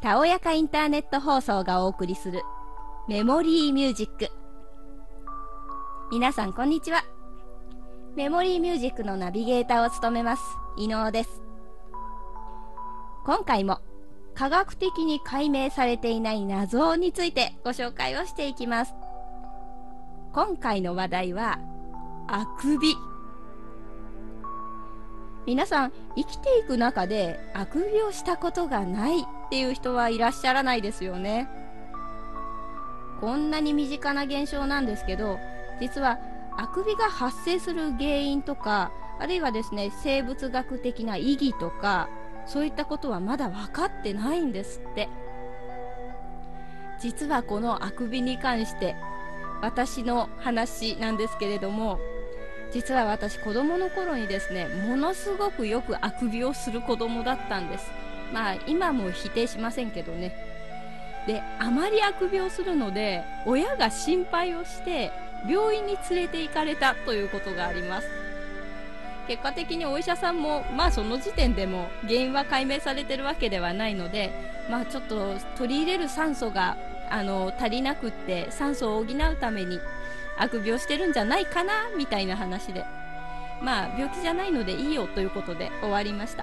たおやかインターネット放送がお送りするメモリーミュージック。皆さんこんにちは。メモリーミュージックのナビゲーターを務めます伊能です。今回も科学的に解明されていない謎についてご紹介をしていきます。今回の話題はあくび。皆さん生きていく中であくびをしたことがないっていう人はいらっしゃらないですよね。こんなに身近な現象なんですけど、実はあくびが発生する原因とか、あるいはですね、生物学的な意義とか、そういったことはまだ分かってないんですって。実はこのあくびに関して私の話なんですけれども、実は私子供の頃にですね、ものすごくよくあくびをする子供だったんです。まあ今も否定しませんけどね。で、あまりあくびをするので親が心配をして病院に連れて行かれたということがあります。結果的にお医者さんもまあその時点でも原因は解明されてるわけではないので、まあちょっと取り入れる酸素が足りなくって、酸素を補うためにあくびをしてるんじゃないかなみたいな話で、まあ病気じゃないのでいいよということで終わりました。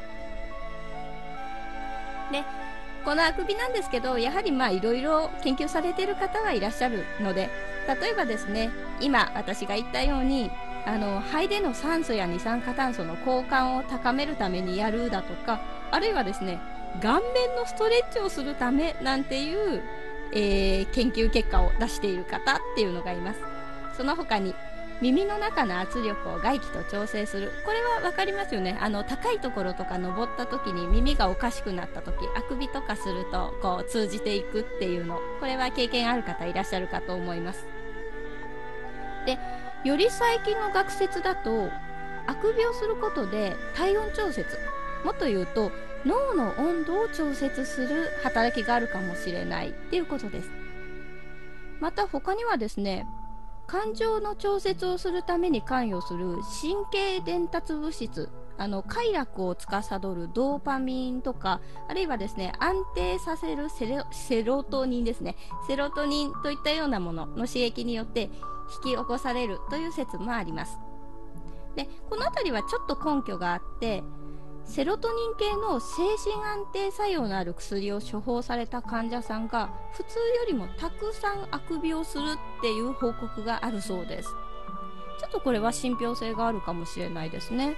で、このあくびなんですけど、やはりまあいろいろ研究されている方はいらっしゃるので、例えばですね、今私が言ったように肺での酸素や二酸化炭素の交換を高めるためにやるだとか、あるいはですね、顔面のストレッチをするためなんていう、研究結果を出している方っていうのがいます。その他に耳の中の圧力を外気と調整する、これは分かりますよね。高いところとか登った時に耳がおかしくなった時、あくびとかするとこう通じていくっていうの、これは経験ある方いらっしゃるかと思います。で、より最近の学説だと、あくびをすることで体温調節、もっと言うと脳の温度を調節する働きがあるかもしれないっていうことです。また他にはですね、感情の調節をするために関与する神経伝達物質、快楽を司るドーパミンとか、あるいはですね、安定させるセロトニンですね、セロトニンといったようなものの刺激によって引き起こされるという説もあります。で、このあたりはちょっと根拠があって、セロトニン系の精神安定作用のある薬を処方された患者さんが普通よりもたくさんあくびをするっていう報告があるそうです。ちょっとこれは信憑性があるかもしれないですね。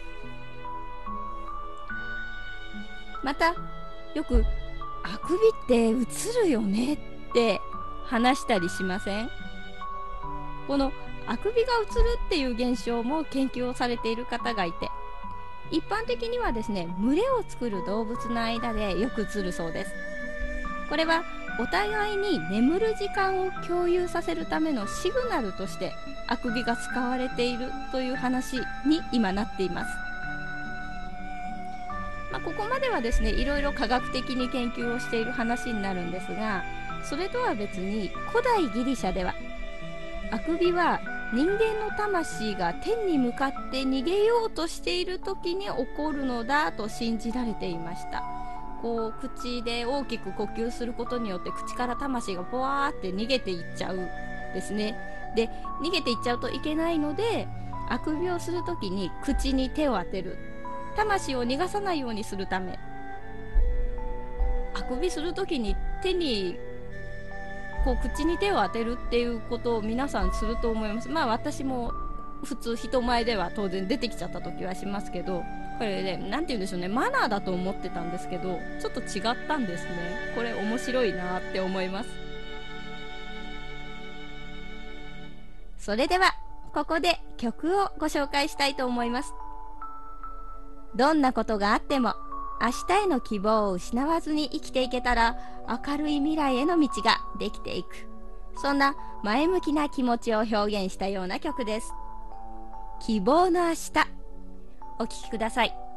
またよくあくびってうつるよねって話したりしません？このあくびがうつるっていう現象も研究をされている方がいて、一般的にはですね、群れを作る動物の間でよく映るそうです。これはお互いに眠る時間を共有させるためのシグナルとしてあくびが使われているという話に今なっています。ここまではですね、いろいろ科学的に研究をしている話になるんですが、それとは別に古代ギリシャではあくびは人間の魂が天に向かって逃げようとしている時に起こるのだと信じられていました。こう口で大きく呼吸することによって口から魂がポワーって逃げていっちゃうですね。で、逃げていっちゃうといけないので、あくびをする時に口に手を当てる、魂を逃がさないようにするため、あくびする時に手にこう口に手を当てるっていうことを皆さんすると思います。まあ私も普通人前では当然出てきちゃった時はしますけど、これね、なんて言うんでしょうね、マナーだと思ってたんですけど、ちょっと違ったんですね。これ面白いなって思います。それではここで曲をご紹介したいと思います。どんなことがあっても明日への希望を失わずに生きていけたら、明るい未来への道ができていく、そんな前向きな気持ちを表現したような曲です。希望の明日、お聴きください。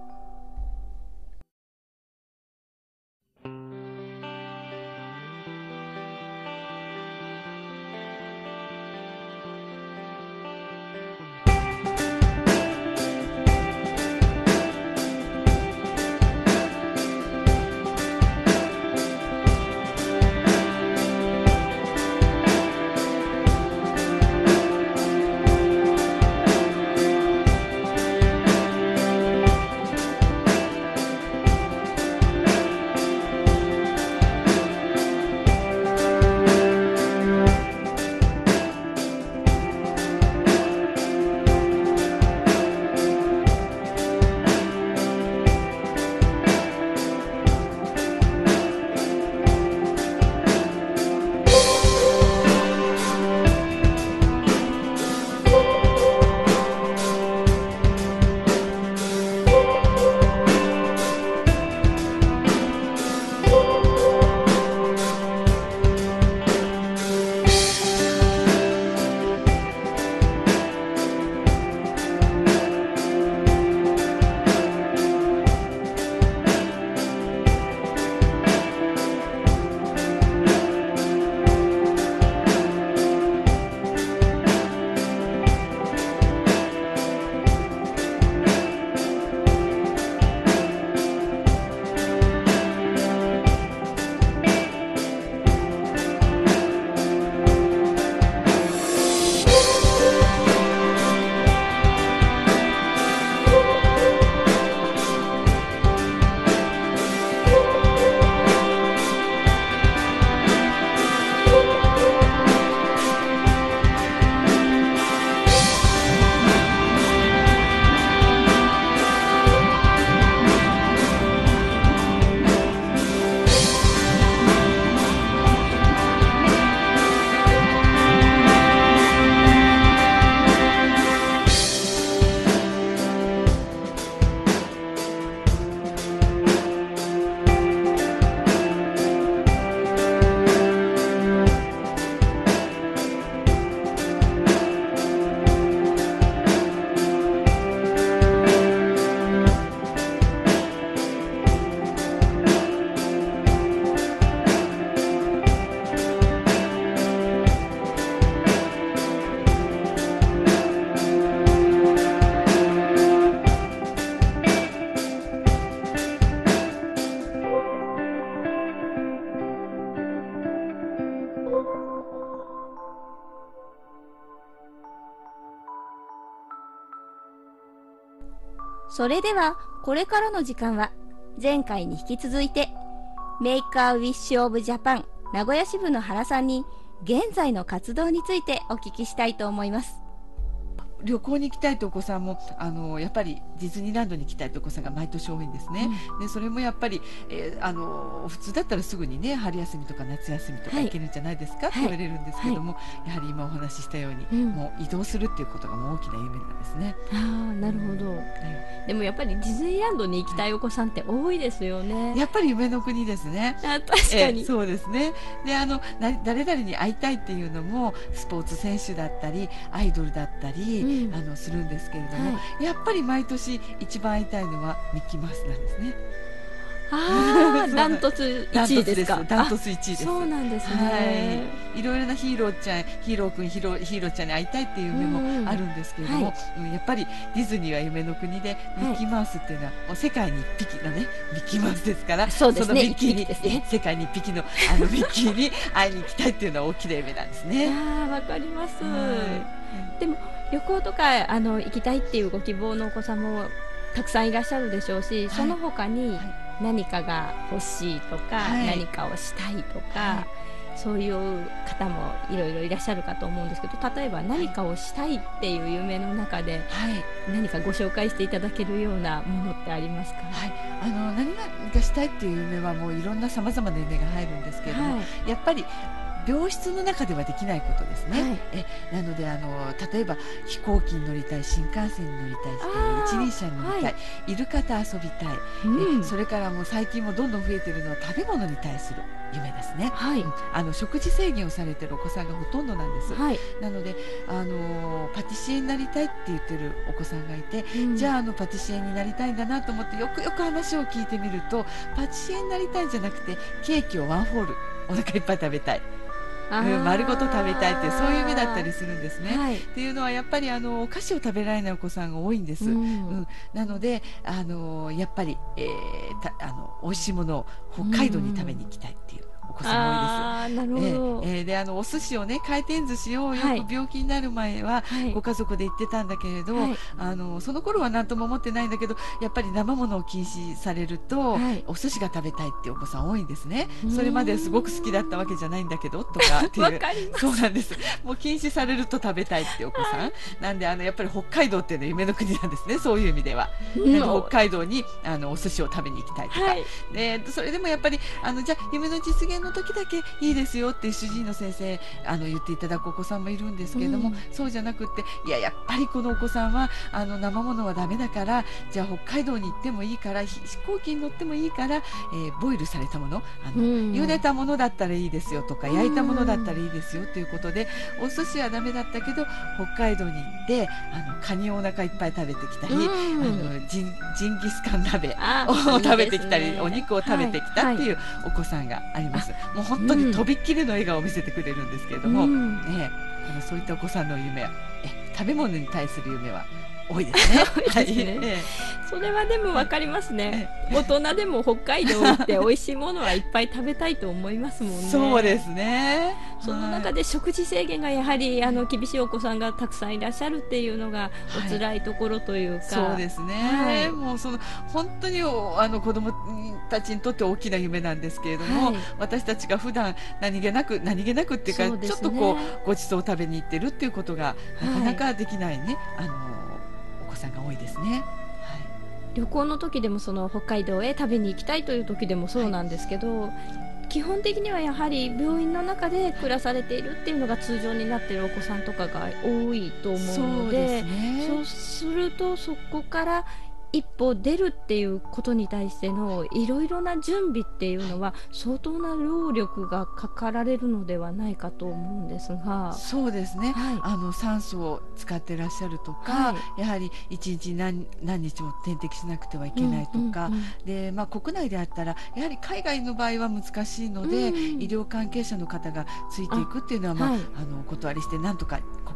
それではこれからの時間は前回に引き続いてメーカーウィッシュオブジャパン名古屋支部の原さんに現在の活動についてお聞きしたいと思います。 旅行に行きたいとお子さんもやっぱりディズニーランドに行きたいとお子さんが毎年多いんですね、でそれもやっぱり、普通だったらすぐにね春休みとか夏休みとか行けるんじゃないですか、って言われるんですけども、やはり今お話ししたように、もう移動するっていうことがもう大きな夢なんですね。 なるほど、でもやっぱりディズニーランドに行きたいお子さんって多いですよね。 やっぱり夢の国ですね。 確かに、 そうですね。で誰々に会いたいっていうのもスポーツ選手だったりアイドルだったり、するんですけれども、やっぱり毎年一番会いたいのはミッキーマウスなんですね。 ダントツ1位ですか。 ダントツ1位です。 そうなんですね。 いろいろなヒーロー君ヒーローちゃんに会いたいっていう夢もあるんですけれども、やっぱりディズニーは夢の国で、ミッキーマウスっていうのはもう世界に一匹のねミッキーマウスですから、 そうですね、 そのミッキーに、世界に一匹のミッキーに会いに行きたいっていうのは大きな夢なんですね。 わかります。でも旅行とか行きたいっていうご希望のお子さんもたくさんいらっしゃるでしょうし、その他に何かが欲しいとか、何かをしたいとか、そういう方もいろいろいらっしゃるかと思うんですけど、例えば何かをしたいっていう夢の中で、何かご紹介していただけるようなものってありますか？ 何がしたいっていう夢はもういろんなさまざまな夢が入るんですけれども、やっぱり病室の中ではできないことですね、なので例えば飛行機に乗りたい、新幹線に乗りたい、一輪車に乗りたい、イルカと遊びたい、それからもう最近もどんどん増えているのは食べ物に対する夢ですね、食事制限をされているお子さんがほとんどなんです、なのでパティシエになりたいって言ってるお子さんがいて、じゃあパティシエになりたいんだなと思ってよくよく話を聞いてみると、パティシエになりたいんじゃなくてケーキをワンホールお腹いっぱい食べたい、丸ごと食べたいっていう、そういう夢だったりするんですね、っていうのはやっぱりお菓子を食べられないお子さんが多いんです、なのでやっぱり、美味しいものを北海道に食べに行きたいっていうお子さんも多いです。でお寿司をね、回転寿司をよく病気になる前は、ご家族で行ってたんだけれど、その頃は何とも思ってないんだけど、やっぱり生ものを禁止されると、お寿司が食べたいっていうお子さん多いんですね。それまですごく好きだったわけじゃないんだけどとかっていう、そうなんです。もう禁止されると食べたいっていうお子さん、なんでやっぱり北海道っていうのは夢の国なんですね、そういう意味では。北海道にお寿司を食べに行きたいとか、それでもやっぱりじゃあ夢の実現の時だけいいですよっていう主治医の先生言っていただくお子さんもいるんですけれども、そうじゃなくって、やっぱりこのお子さんは生ものはダメだから、じゃあ北海道に行ってもいいから、飛行機に乗ってもいいから、ボイルされたもの、茹でたものだったらいいですよとか、焼いたものだったらいいですよということで、お寿司はダメだったけど北海道に行ってカニをお腹いっぱい食べてきたり、ジンギスカン鍋を食べてきたり、お肉を食べてきたっていうお子さんがあります。もう本当にとびっきりの笑顔を見せてくれるんですけれども、そういったお子さんの夢は食べ物に対する夢は多いですね。 それはでも分かりますね。大人でも北海道行って美味しいものはいっぱい食べたいと思いますもんね。 そうですね。 その中で食事制限がやはり厳しいお子さんがたくさんいらっしゃるっていうのがお辛いところというか、 そうですね、もう本当に子どもたちにとって大きな夢なんですけれども、私たちが普段何気なくっていうか、ちょっとごちそうを食べに行ってるっていうことがなかなかできないね、お子さんが多いですね。 旅行の時でも北海道へ食べに行きたいという時でもそうなんですけど、基本的にはやはり病院の中で暮らされているっていうのが通常になっているお子さんとかが多いと思うので、そうするとそこから一歩出るっていうことに対してのいろいろな準備っていうのは相当な労力がかかられるのではないかと思うんですが。 そうですね、酸素を使ってらっしゃるとか、やはり1日何日も点滴しなくてはいけないとか、で国内であったらやはり海外の場合は難しいので、医療関係者の方がついていくっていうのは、お断りしてなんとか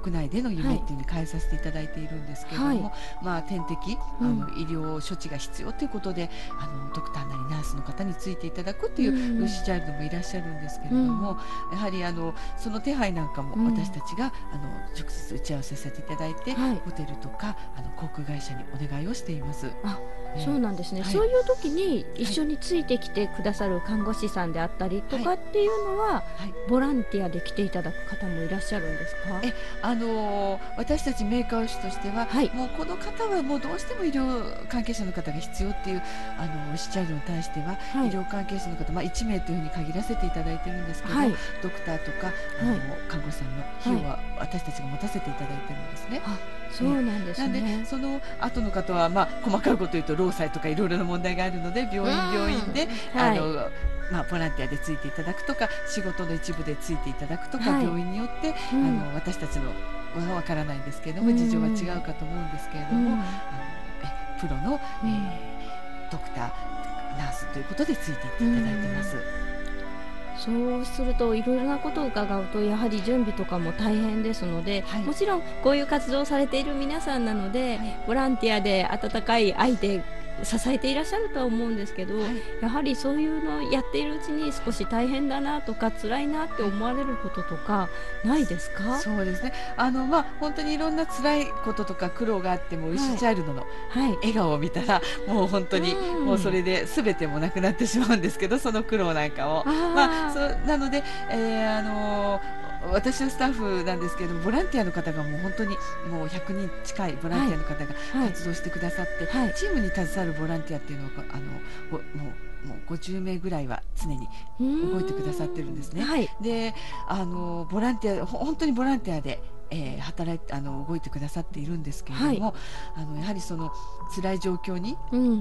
国内での夢っていうに変えさせていただいているんですけれども、点滴医療処置が必要ということでドクターなりナースの方についていただくっていうウィッシュチャイルドもいらっしゃるんですけれども、やはりその手配なんかも私たちが直接打ち合わせさせていただいて、ホテルとか航空会社にお願いをしています。 そうなんですね、そういう時に一緒についてきてくださる看護師さんであったりとかっていうのは、ボランティアで来ていただく方もいらっしゃるんですか？ 私たちメーカー医師としては、もうこの方はもうどうしても医療関係者の方が必要っていうウィッシュチャイルドに対しては、医療関係者の方、1名というふうに限らせていただいてるんですけど、ドクターとか看護師さんの費用は私たちが持たせていただいてるんですね。 そうなんですね。 なんでその後の方は、細かいこと言うと労災とかいろいろな問題があるので病院でボランティアでついていただくとか仕事の一部でついていただくとか、病院によって、私たちのはわからないんですけれども、事情は違うかと思うんですけれども、プロの、ドクターナースということでついていっていただいてます。 そうするといろいろなことを伺うとやはり準備とかも大変ですので、もちろんこういう活動をされている皆さんなので、ボランティアで温かい愛で支えていらっしゃるとは思うんですけど、やはりそういうのをやっているうちに少し大変だなとか辛いなって思われることとかないですか？ そうですね、本当にいろんな辛いこととか苦労があっても、ウィッシュチャイルドの笑顔を見たら、もう本当にもうそれで全てもなくなってしまうんですけど、その苦労なんかをなので、私のスタッフなんですけれども、ボランティアの方がもう本当にもう100人近いボランティアの方が活動してくださって、チームに携わるボランティアっていうのがもう50名ぐらいは常に動いてくださってるんですね。でボランティア本当にボランティアで働いて動いてくださっているんですけれども、やはりその辛い状況に、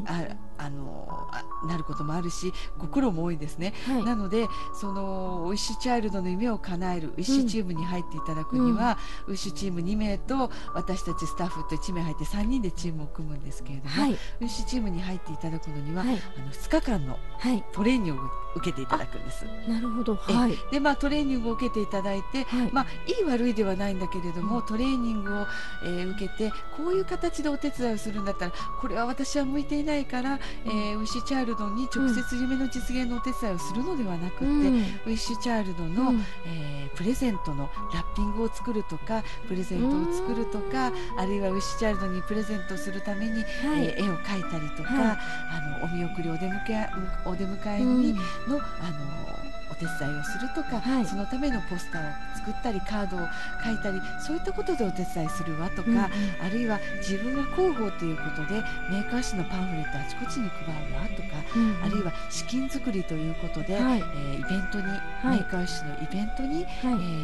なることもあるし、ご苦労も多いですね。なのでそのウィッシュチャイルドの夢を叶えるウィッシュチームに入っていただくには、ウィッシュチーム2名と私たちスタッフと1名入って3人でチームを組むんですけれども、ウィッシュチームに入っていただくのには、2日間のトレーニングを受けていただくんです。 なるほど。でトレーニングを受けていただいて、いい悪いではないんだけれども、トレーニングを、受けてこういう形でお手伝いをするんだったら、これは私は向いていないから、ウィッシュチャイルドに直接夢の実現のお手伝いをするのではなくて、ウィッシュチャイルドの、プレゼントのラッピングを作るとか、プレゼントを作るとか、あるいはウィッシュチャイルドにプレゼントするために、絵を描いたりとか、お見送りお出迎えにのお手伝いをするとか、そのためのポスターを作ったりカードを書いたり、そういったことでお手伝いするわとか、あるいは自分が広報ということでメーカー誌のパンフレットあちこちに配るわとか、あるいは資金作りということで、イベントに、メーカー誌のイベントに、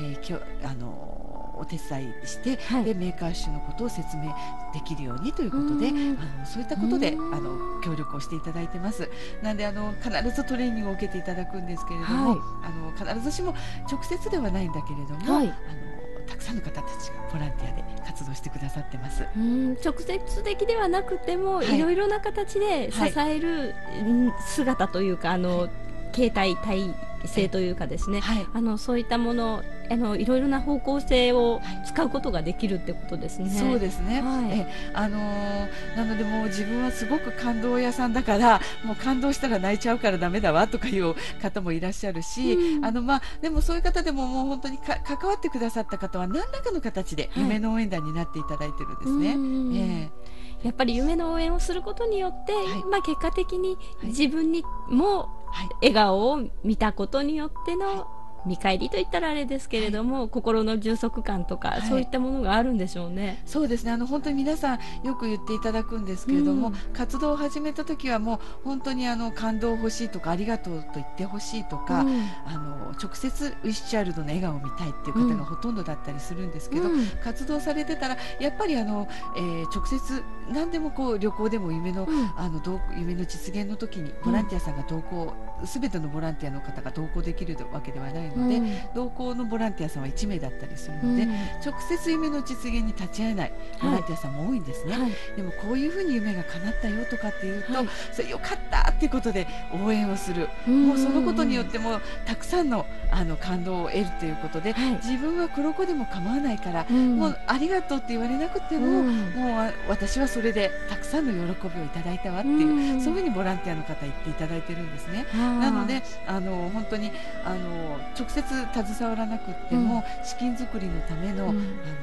お手伝いして、でメーカー誌のことを説明できるようにということで、そういったことで協力をしていただいてます。なんで必ずトレーニングを受けていただくんですけれども、必ずしも直接ではないんだけれども、たくさんの方たちがボランティアで活動してくださってます。 直接的ではなくても、いろいろな形で支える姿というか、形態体制というかですね、そういったものいろいろな方向性を使うことができるってことですね。 そうですね、なのでもう自分はすごく感動屋さんだから、もう感動したら泣いちゃうからダメだわとかいう方もいらっしゃるし、でもそういう方でももう本当に関わってくださった方は何らかの形で夢の応援団になっていただいてるんですね。 やっぱり夢の応援をすることによって、結果的に自分にも笑顔を見たことによっての見返りといったらあれですけれども、心の充足感とか、そういったものがあるんでしょうね。 そうですね、本当に皆さんよく言っていただくんですけれども、活動を始めた時はもう本当に感動欲しいとか、ありがとうと言ってほしいとか、直接ウィッシュチャイルドの笑顔を見たいっていう方がほとんどだったりするんですけど、活動されてたらやっぱり直接何でも旅行でも夢の実現の時にボランティアさんが同行、全てのボランティアの方が同行できるわけではないので、同行のボランティアさんは1名だったりするので、直接夢の実現に立ち会えないボランティアさんも多いんですね。でもこういうふうに夢が叶ったよとかっていうと、それよかったっていうことで応援をする、もうそのことによってもたくさんの感動を得るということで、自分は黒子でも構わないから、もうありがとうって言われなくても、もう私はそれでたくさんの喜びをいただいたわっていう、そういうふうにボランティアの方言っていただいてるんですね。なので本当に直接携わらなくても、資金作りのための、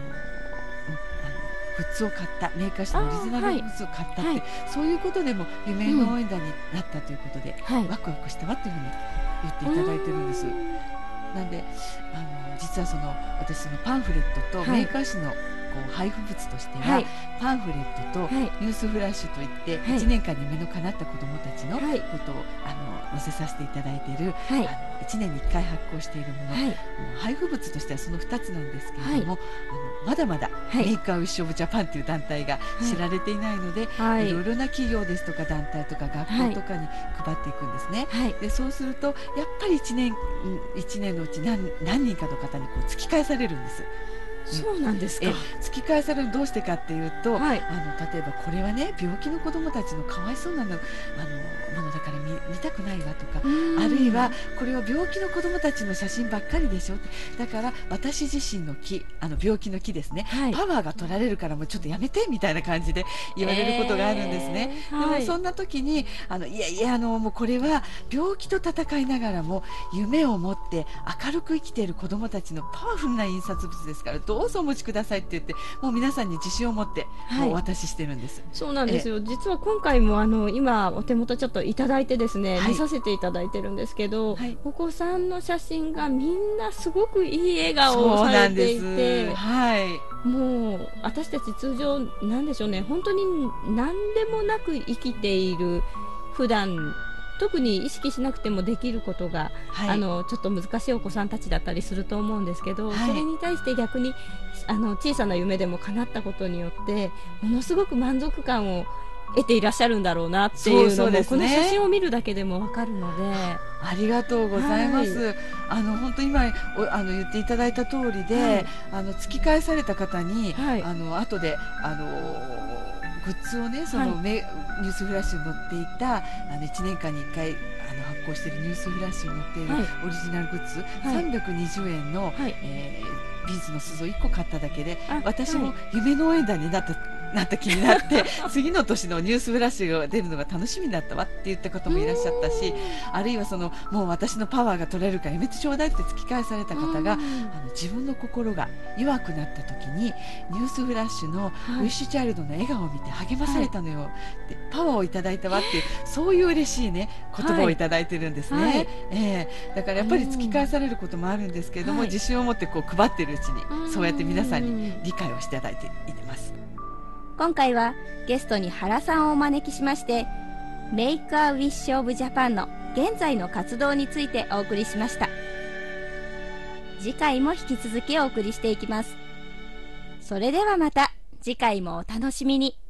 グッズを買った、メーカー社のオリジナルグッズを買ったって、そういうことでも夢の応援団になったということで、ワクワクしたわっていうふうに言っていただいてるんです。なんで実は私そのパンフレットとメーカー誌の配布物としては、パンフレットとニュースフラッシュといって、1年間に夢の叶った子どもたちのことを載せさせていただいている、1年に1回発行しているもの、配布物としてはその2つなんですけれども、まだまだメーカーウィッシュオブジャパンという団体が知られていないので、いろいろな企業ですとか団体とか学校とかに配っていくんですね。でそうするとやっぱり1年のうち何人かの方に突き返されるんです。 そうなんですか。 突き返される、どうしてかっていうと、例えばこれはね、病気の子どもたちのかわいそうなものだから見たくないわとか、あるいはこれは病気の子どもたちの写真ばっかりでしょって、だから私自身の木、病気の木ですね、パワーが取られるからもうちょっとやめてみたいな感じで言われることがあるんですね。でもそんな時にいやいやもうこれは病気と戦いながらも夢を持って明るく生きている子どもたちのパワフルな印刷物ですから、どうぞお持ちくださいって言って、もう皆さんに自信を持ってもうお渡ししてるんです。 そうなんですよ。実は今回も今お手元ちょっといただいてですね、見させていただいてるんですけど、お子さんの写真がみんなすごくいい笑顔をされていて、もう私たち通常なんでしょうね、本当に何でもなく生きている、普段特に意識しなくてもできることが、ちょっと難しいお子さんたちだったりすると思うんですけど、それに対して逆に小さな夢でも叶ったことによってものすごく満足感を得ていらっしゃるんだろうなっていうのも、この写真を見るだけでも分かるので。 ありがとうございます。本当今言っていただいた通りで、突き返された方に、後でグッズをね、ニュースフラッシュに載っていた1年間に1回発行しているニュースフラッシュに載っているオリジナルグッズ、320円の、ビーズの鈴を1個買っただけで、私も夢の応援団になった気になって次の年のニュースフラッシュが出るのが楽しみだったわって言った方もいらっしゃったし、あるいはもう私のパワーが取れるからやめてちょうだいって突き返された方が、自分の心が弱くなった時にニュースフラッシュのウィッシュチャイルドの笑顔を見て励まされたのよって、パワーをいただいたわっていう、そういう嬉しいね言葉をいただいてるんですね。だからやっぱり突き返されることもあるんですけれども、自信を持って配ってるうちにそうやって皆さんに理解をしていただいています。 今回はゲストに原さんをお招きしまして、メイクアウィッシュオブジャパンの現在の活動についてお送りしました。次回も引き続きお送りしていきます。それではまた次回もお楽しみに。